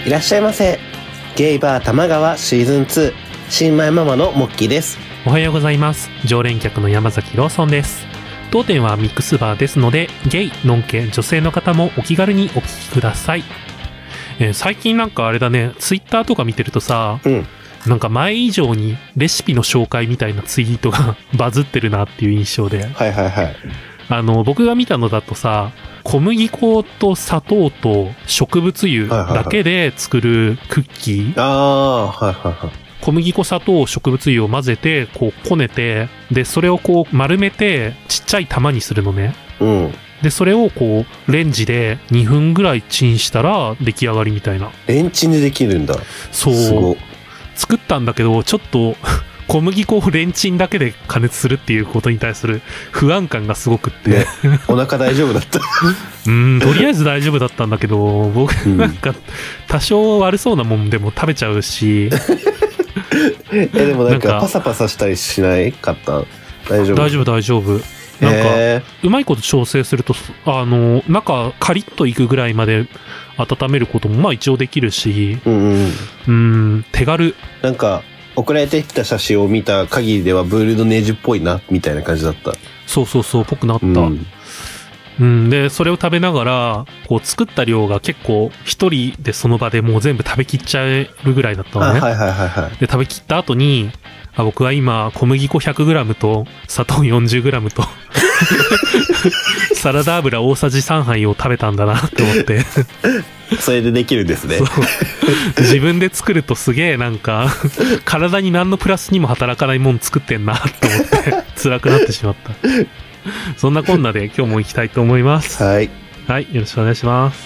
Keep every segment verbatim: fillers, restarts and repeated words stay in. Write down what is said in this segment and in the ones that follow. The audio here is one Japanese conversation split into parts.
いらっしゃいませ。ゲイバー玉川シーズンツー新米ママのモッキーです。 おはようございます。常連客の山崎ローソンです。当店はミックスバーですので、ゲイ、ノンケ、女性の方もお気軽にお聞きください。えー、最近なんかあれだね、ツイッターとか見てるとさ、うん、なんか前以上にレシピの紹介みたいなツイートがバズってるなっていう印象で。 はいはいはい。 あの、僕が見たのだとさ、小麦粉と砂糖と植物油だけで作るクッキー。 ああ、はいはいはい。 小麦粉、砂糖、植物油を混ぜて、こうこねて、で、それをこう丸めてちっちゃい玉にするのね。 うん。 で、それをこうレンジでにふんぐらいチンしたら出来上がりみたいな。 レンチンでできるんだ。 そう。 すご。 作ったんだけど、ちょっと小麦粉をレンチンだけで加熱するっていうことに対する不安感がすごくって、ね、 お腹大丈夫だったうん、とりあえず大丈夫だったんだけど、僕なんか多少悪そうなもんでも食べちゃうしえでもなんかパサパサしたりしないかった？大丈夫？ 大丈夫大丈夫。なんかうまいこと調整すると、あの中カリッといくぐらいまで温めることもまあ一応できるし、 うんうん、 うん手軽。 なんか送られてきた写真を見た限りではブールドネージュっぽいなみたいな感じだった。 そうそうそうぽくなった。うんうん、でそれを食べながらこう作った量が結構一人でその場でもう全部食べきっちゃえるぐらいだったのね。 はいはいはいはい。 で食べきった後にあ僕は今小麦粉 ひゃくグラム と砂糖 よんじゅうグラム とサラダ油大さじさんはいを食べたんだなって思ってそれでできるんですね。 自分で作るとすげえなんか体に何のプラスにも働かないもん作ってんなって思って辛くなってしまった。そんなこんなで今日も行きたいと思います。 はい。 はい、よろしくお願いします。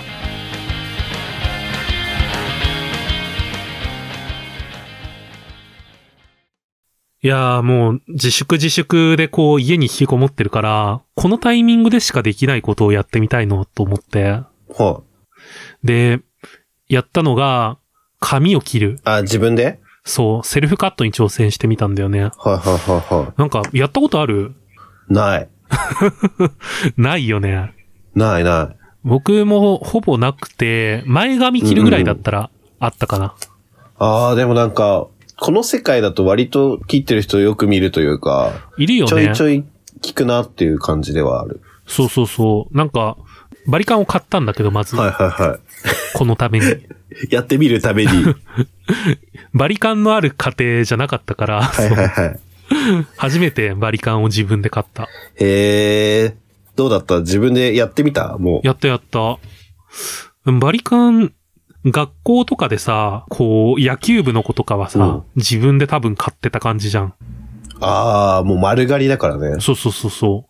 いやーもう自粛自粛でこう家に引きこもってるから、このタイミングでしかできないことをやってみたいのと思って。 はあ、 で、やったのが髪を切る。 あ、自分で？ そう、セルフカットに挑戦してみたんだよね。はいはいはいはい。 なんかやったことある？ ない。 ないよね。 ないない。 僕もほぼなくて、前髪切るぐらいだったらあったかな。 うんうん、ああ、でもなんか、この世界だと割と切ってる人よく見るというか、 いるよね。 ちょいちょい聞くなっていう感じではある。 そうそうそう。なんか、バリカンを買ったんだけど、まず。 はいはいはい。 このために。 やってみるために。 バリカンのある家庭じゃなかったから、 はいはいはい。 初めてバリカンを自分で買った。 へー。どうだった？自分でやってみた？もう。 やったやった。バリカン、学校とかでさ、こう、野球部の子とかはさ、うん、自分で多分買ってた感じじゃん。 ああ、もう丸刈りだからね。 そうそうそうそう。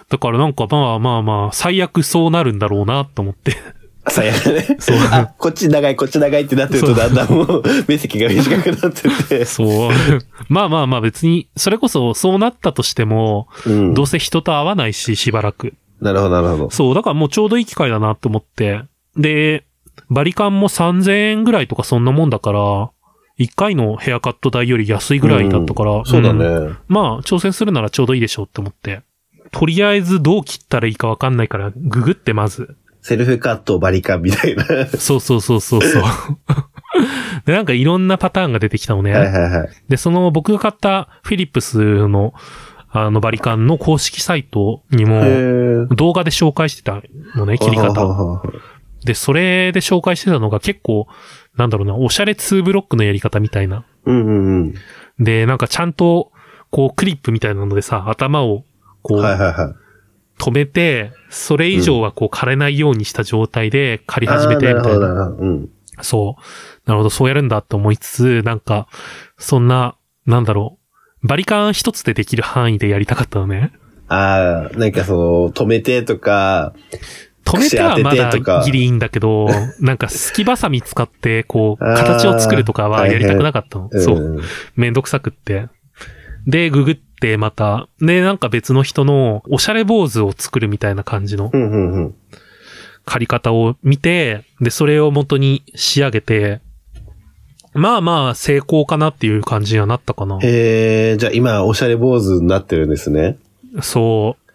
だからなんかまあまあまあ、最悪そうなるんだろうなと思って。 最悪ね。そう。あ、こっち長い、こっち長いってなってるとだんだんもう、面積が短くなってて。 そう。まあまあまあ別に、それこそそうなったとしても、うん、どうせ人と会わないし、しばらく。 なるほどなるほど。 そう、だからもうちょうどいい機会だなと思って。で、バリカンもさんぜんえんぐらいとかそんなもんだから、いっかいのヘアカット代より安いぐらいだったから、うん、 そうだね、 うん。まあ、挑戦するならちょうどいいでしょうって思って。とりあえずどう切ったらいいかわかんないから、ググってまず。 セルフカットバリカンみたいな。 そうそうそうそうそう。で、なんかいろんなパターンが出てきたのね。 はいはいはい。 で、その僕が買ったフィリップスのあのバリカンの公式サイトにも動画で紹介してたのね、切り方を。で、それで紹介してたのが結構、なんだろうな、おしゃれツーブロックのやり方みたいな。 うんうんうん。 で、なんかちゃんと、こうクリップみたいなのでさ、頭を、こう、 はいはいはい。 止めて、それ以上はこう枯れないようにした状態で刈り始めて、みたいな。 なるほど、うん。 そう。なるほど、そうやるんだって思いつつ、なんか、そんな、なんだろう、バリカン一つでできる範囲でやりたかったのね。 ああ、なんかその、止めてとか、 止めてはまだギリいいんだけど、なんかすきばさみ使って、こう、形を作るとかはやりたくなかったの。そう。めんどくさくって。で、ググってまた、で、なんか別の人のおしゃれ坊主を作るみたいな感じの、刈り方を見て、で、それを元に仕上げて、まあまあ成功かなっていう感じにはなったかな。 へえ、じゃあ今おしゃれ坊主になってるんですね。 そう。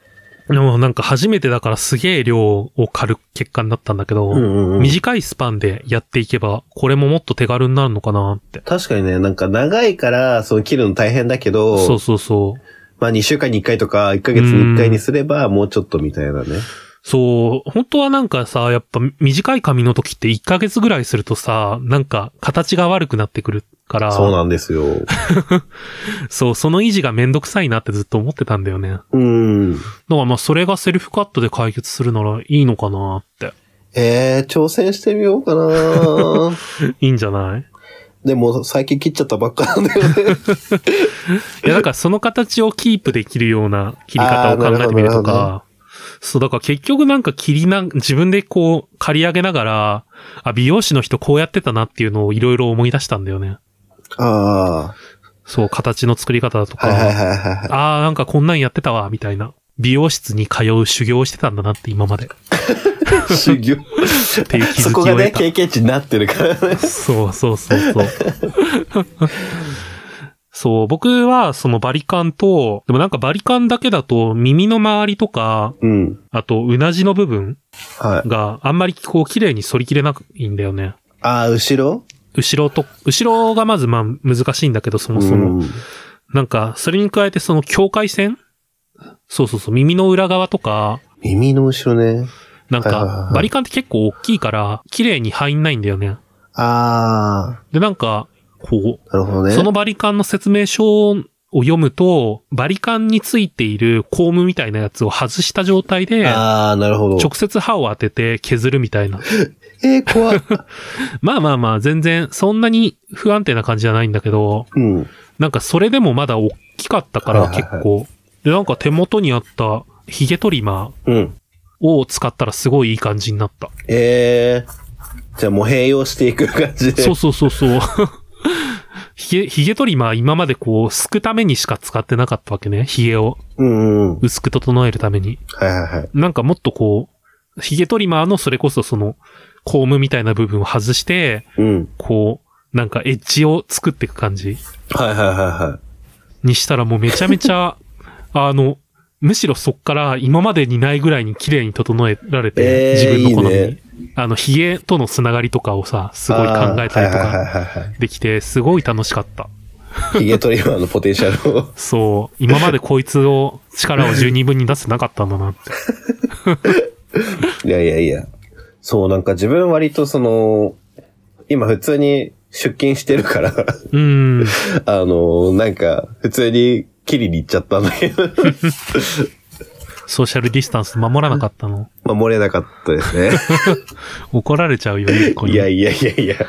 でもなんか初めてだからすげえ量を狩る結果になったんだけど、うんうんうん、短いスパンでやっていけば、これももっと手軽になるのかなって。 確かにね、なんか長いから、そう切るの大変だけど、 そうそうそう。 まあにしゅうかんにいっかいとか、いっかげつにいっかいにすれば、もうちょっとみたいなね。 そう、本当はなんかさ、やっぱ短い髪の時っていっかげつぐらいするとさ、なんか形が悪くなってくるから。 そうなんですよ。 そう、その維持がめんどくさいなってずっと思ってたんだよね。 うん。 だからまあそれがセルフカットで解決するならいいのかなって。 えー、挑戦してみようかな。 いいんじゃない？ でも最近切っちゃったばっかなんだよね。 いや、だからその形をキープできるような切り方を考えてみるとか。そう、だから結局なんか切りな、自分でこう、刈り上げながら、あ、美容師の人こうやってたなっていうのをいろいろ思い出したんだよね。 ああ。 そう、形の作り方だとか。 はいはいはいはい。 ああ、なんかこんなんやってたわ、みたいな。美容室に通う修行をしてたんだなって今まで。 修行っていう気づきを得た。そこがね、経験値になってるからね。 そうそうそうそう。そう、僕はそのバリカンと、でもなんかバリカンだけだと耳の周りとか、 うん、 あとうなじの部分があんまりこう綺麗に反りきれないんだよね。 ああ、後ろ？ 後ろと、後ろがまずまあ難しいんだけど、そもそも。うん、なんか、それに加えてその境界線？そうそうそう、耳の裏側とか。 耳の後ろね。 なんか、バリカンって結構大きいから、綺麗に入んないんだよね。 ああ。 で、なんか、こう、 なるほどね。 そのバリカンの説明書を読むと、バリカンについているコームみたいなやつを外した状態で、 ああ、なるほど。 直接刃を当てて削るみたいな。 えー、怖い。 まあまあまあ、全然そんなに不安定な感じじゃないんだけど、 うん、なんかそれでもまだ大きかったから結構、はいはいはい、で、なんか手元にあったヒゲトリマーを使ったらすごいいい感じになった。 ええー、じゃあもう併用していく感じで。 そうそうそうそう。ヒゲ、ヒゲトリマー今までこう、すくためにしか使ってなかったわけね。ヒゲを。 うんうん。 薄く整えるために。 はいはいはい。 なんかもっとこう、ヒゲトリマーのそれこそその、コームみたいな部分を外して、 うん、 こう、なんかエッジを作っていく感じ。 はいはいはいはい。 にしたらもうめちゃめちゃ、あの、むしろそっから今までにないぐらいに綺麗に整えられて、えー、自分の好みに。いいね、あの、ヒゲとのつながりとかをさ、すごい考えたりとかできて、すごい楽しかった。 ヒゲトリマーのポテンシャルを。 そう。今までこいつを、力を十二分に出せなかったんだなって。 いやいやいや。そう、なんか自分割とその、今普通に出勤してるから、 うん。 あの、なんか、普通に切りに行っちゃったんだけど。 ソーシャルディスタンス守らなかったの？ 守れなかったですね。 怒られちゃうよ、 いやいやいやいや。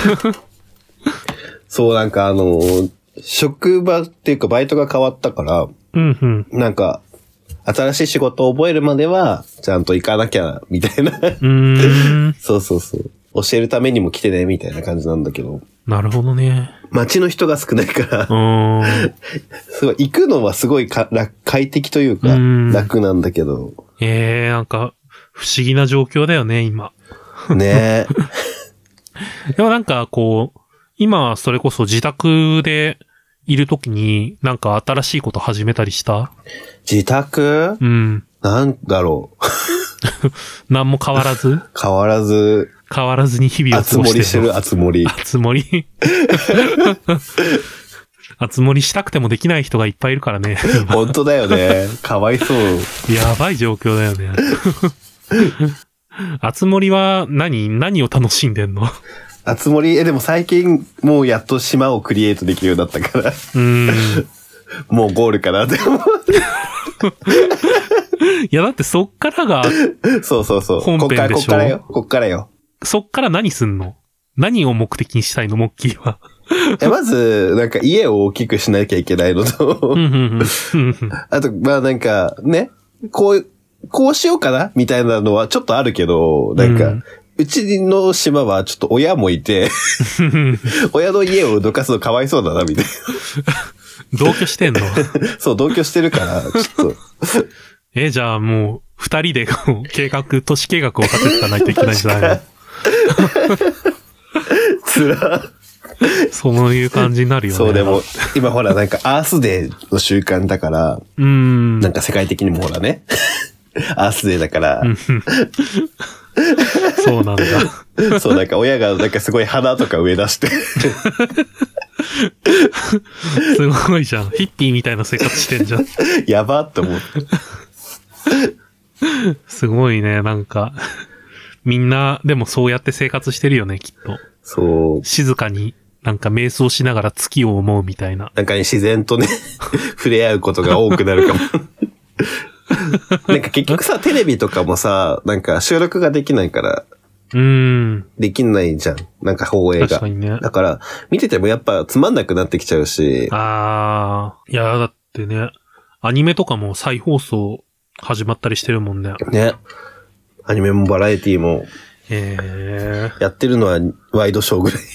そう、なんかあの、職場っていうかバイトが変わったから、 うんうん、 なんか、新しい仕事を覚えるまでは、ちゃんと行かなきゃ、みたいな。うーんそうそうそう。教えるためにも来てね、みたいな感じなんだけど。 なるほどね。 街の人が少ないから、すごい、行くのはすごいか快適というか、楽なんだけど。 ええー、なんか、不思議な状況だよね、今。 ねえ。でもなんか、こう、今、それこそ自宅でいるときに、なんか新しいこと始めたりした？ 自宅？ うん。 なんだろう。 何も変わらず変わらず。 変わらずに日々を過ごしてる。 熱盛りしてる、熱盛り。 熱盛り。熱盛りしたくてもできない人がいっぱいいるからね。 本当だよね。かわいそう。 やばい状況だよね。熱盛りは何何を楽しんでんの？ 熱盛、え、でも最近もうやっと島をクリエイトできるようになったから。 うーん。 もうゴールかなって思う。 いやだってそっからが、 そうそうそう。 本編でしょ。 こっからよ。こっからよ。 そっから何すんの？何を目的にしたいの、モッキーは。 え、まず、なんか家を大きくしなきゃいけないのと、あと、まあなんか、ね、こう、こうしようかなみたいなのはちょっとあるけど、なんか、うん、うちの島はちょっと親もいて、親の家をどかすのかわいそうだな、みたいな。 同居してんの？ そう、同居してるから、ちょっと。 え、じゃあもう、二人で計画、都市計画を立てていかないといけないんじゃないの？ つら。 そういう感じになるよね。 そう、でも、今ほらなんかアースデーの習慣だから、 うん。 なんか世界的にもほらね。 アースデーだから。 そうなんだ。 そう、なんか親がなんかすごい花とか植え出して。 すごいじゃん。ヒッピーみたいな生活してんじゃん。 やばって思う。 すごいね、なんか。みんな、でもそうやって生活してるよね、きっと。 そう。 静かに、なんか瞑想しながら月を思うみたいな。 なんかね、自然とね、触れ合うことが多くなるかも。なんか結局さ、テレビとかもさ、なんか収録ができないから。 うーん。 できないじゃん。なんか放映が。 確かにね。 だから、見ててもやっぱつまんなくなってきちゃうし。 あー。いや、だってね、アニメとかも再放送始まったりしてるもんね。 ね。アニメもバラエティも。 へー。 やってるのはワイドショーぐらい。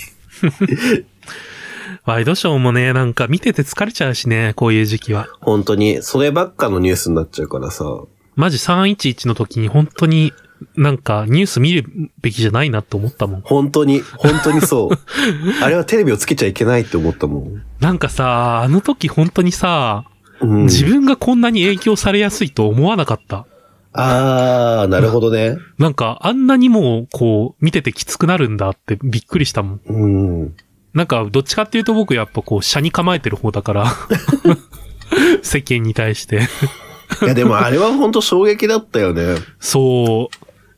ワイドショーもね、なんか見てて疲れちゃうしね、こういう時期は。 本当に、そればっかのニュースになっちゃうからさ。 マジさんいちいちの時に本当になんかニュース見るべきじゃないなって思ったもん。 本当に、本当にそう。あれはテレビをつけちゃいけないって思ったもん。 なんかさ、あの時本当にさ、うん、自分がこんなに影響されやすいと思わなかった。 あー、なるほどね。 なんかあんなにもこう見ててきつくなるんだってびっくりしたもん。 うん。 なんかどっちかっていうと僕やっぱこう車に構えてる方だから世間に対していやでもあれは本当衝撃だったよね。 そう。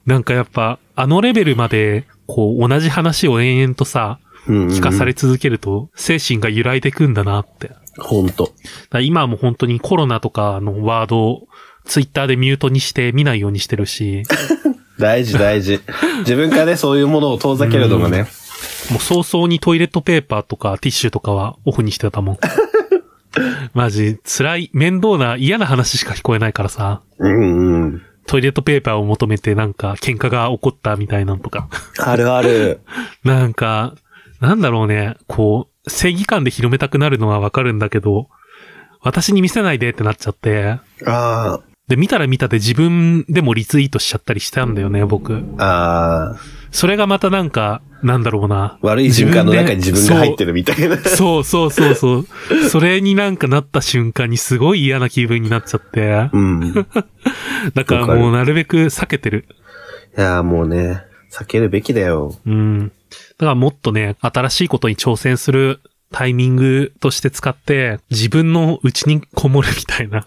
なんかやっぱあのレベルまでこう同じ話を延々とさ、うんうん、聞かされ続けると精神が揺らいでくんだなって。 本当。 今はもう本当にコロナとかのワードをツイッターでミュートにして見ないようにしてるし。 大事大事。自分からねそういうものを遠ざけるのがね。うんもう早々にトイレットペーパーとかティッシュとかはオフにしてたもん。マジ、辛い、面倒な嫌な話しか聞こえないからさ。 うんうん。 トイレットペーパーを求めてなんか喧嘩が起こったみたいなのとか。 あるある。 なんか、なんだろうね、こう、正義感で広めたくなるのはわかるんだけど、私に見せないでってなっちゃって。 ああ。 で、見たら見たで自分でもリツイートしちゃったりしたんだよね、僕。 ああ。 それがまたなんか、なんだろうな。 悪い循環の中に自分が入ってるみたいな。 そうそうそうそう。それになんかなった瞬間にすごい嫌な気分になっちゃって。 うん。 だからもうなるべく避けてる。 いやもうね、避けるべきだよ。 うん。だからもっとね、新しいことに挑戦するタイミングとして使って、自分の内にこもるみたいな。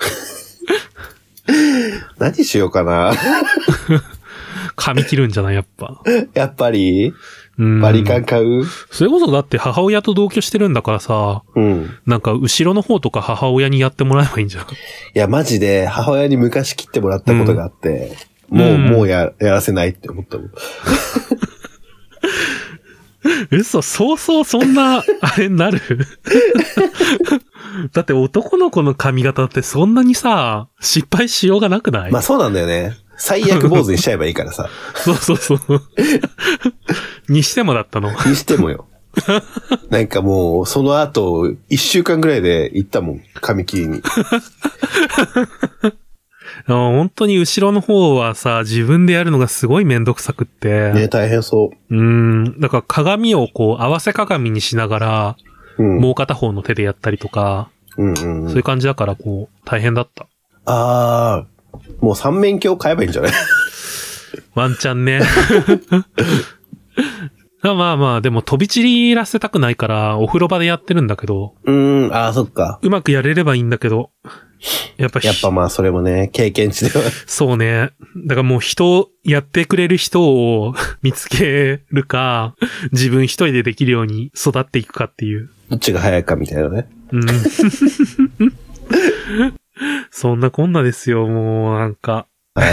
何しようかな。 髪切るんじゃないやっぱ。 やっぱりバリカン買う？ それこそだって母親と同居してるんだからさ、 うん。 なんか後ろの方とか母親にやってもらえばいいんじゃん。いや、マジで母親に昔切ってもらったことがあって、うん、もう、うん、もうや、やらせないって思ったもん。 嘘、そうそうそんな、あれになるだって男の子の髪型ってそんなにさ、失敗しようがなくない？ まあそうなんだよね。最悪坊主にしちゃえばいいからさ。 そうそうそう。にしてもだったの？ にしてもよ。なんかもう、その後、一週間ぐらいで行ったもん。髪切りに。 本当に後ろの方はさ、自分でやるのがすごいめんどくさくって。 ね、大変そう。 うん。だから鏡をこう、合わせ鏡にしながら、うん、もう片方の手でやったりとか、 うんうんうん、 そういう感じだからこう、大変だった。 あー、もう三面鏡買えばいいんじゃない？ ワンチャンね。まあまあ、でも飛び散りらせたくないから、お風呂場でやってるんだけど。 うーん、ああ、そっか。 うまくやれればいいんだけど。やっぱ、 やっぱまあ、それもね、経験値では。 そうね。だからもう人、やってくれる人を見つけるか、自分一人でできるように育っていくかっていう。 どっちが早いかみたいなね。 うん。そんなこんなですよ、もう、なんか。 はい。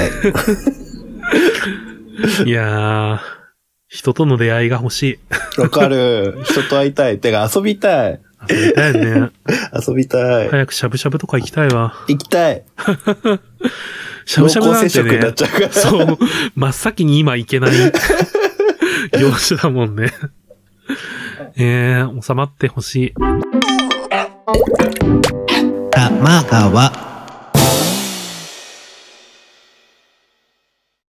いやー。人との出会いが欲しい。わかる。人と会いたい。てか遊びたい。 遊びたいね。 遊びたい。 早くしゃぶしゃぶとか行きたいわ。 行きたい。 しゃぶしゃぶなんてね。 濃厚接触になっちゃうから。 そう。真っ先に今行けない業種だもんね。えー、収まってほしい。 玉川。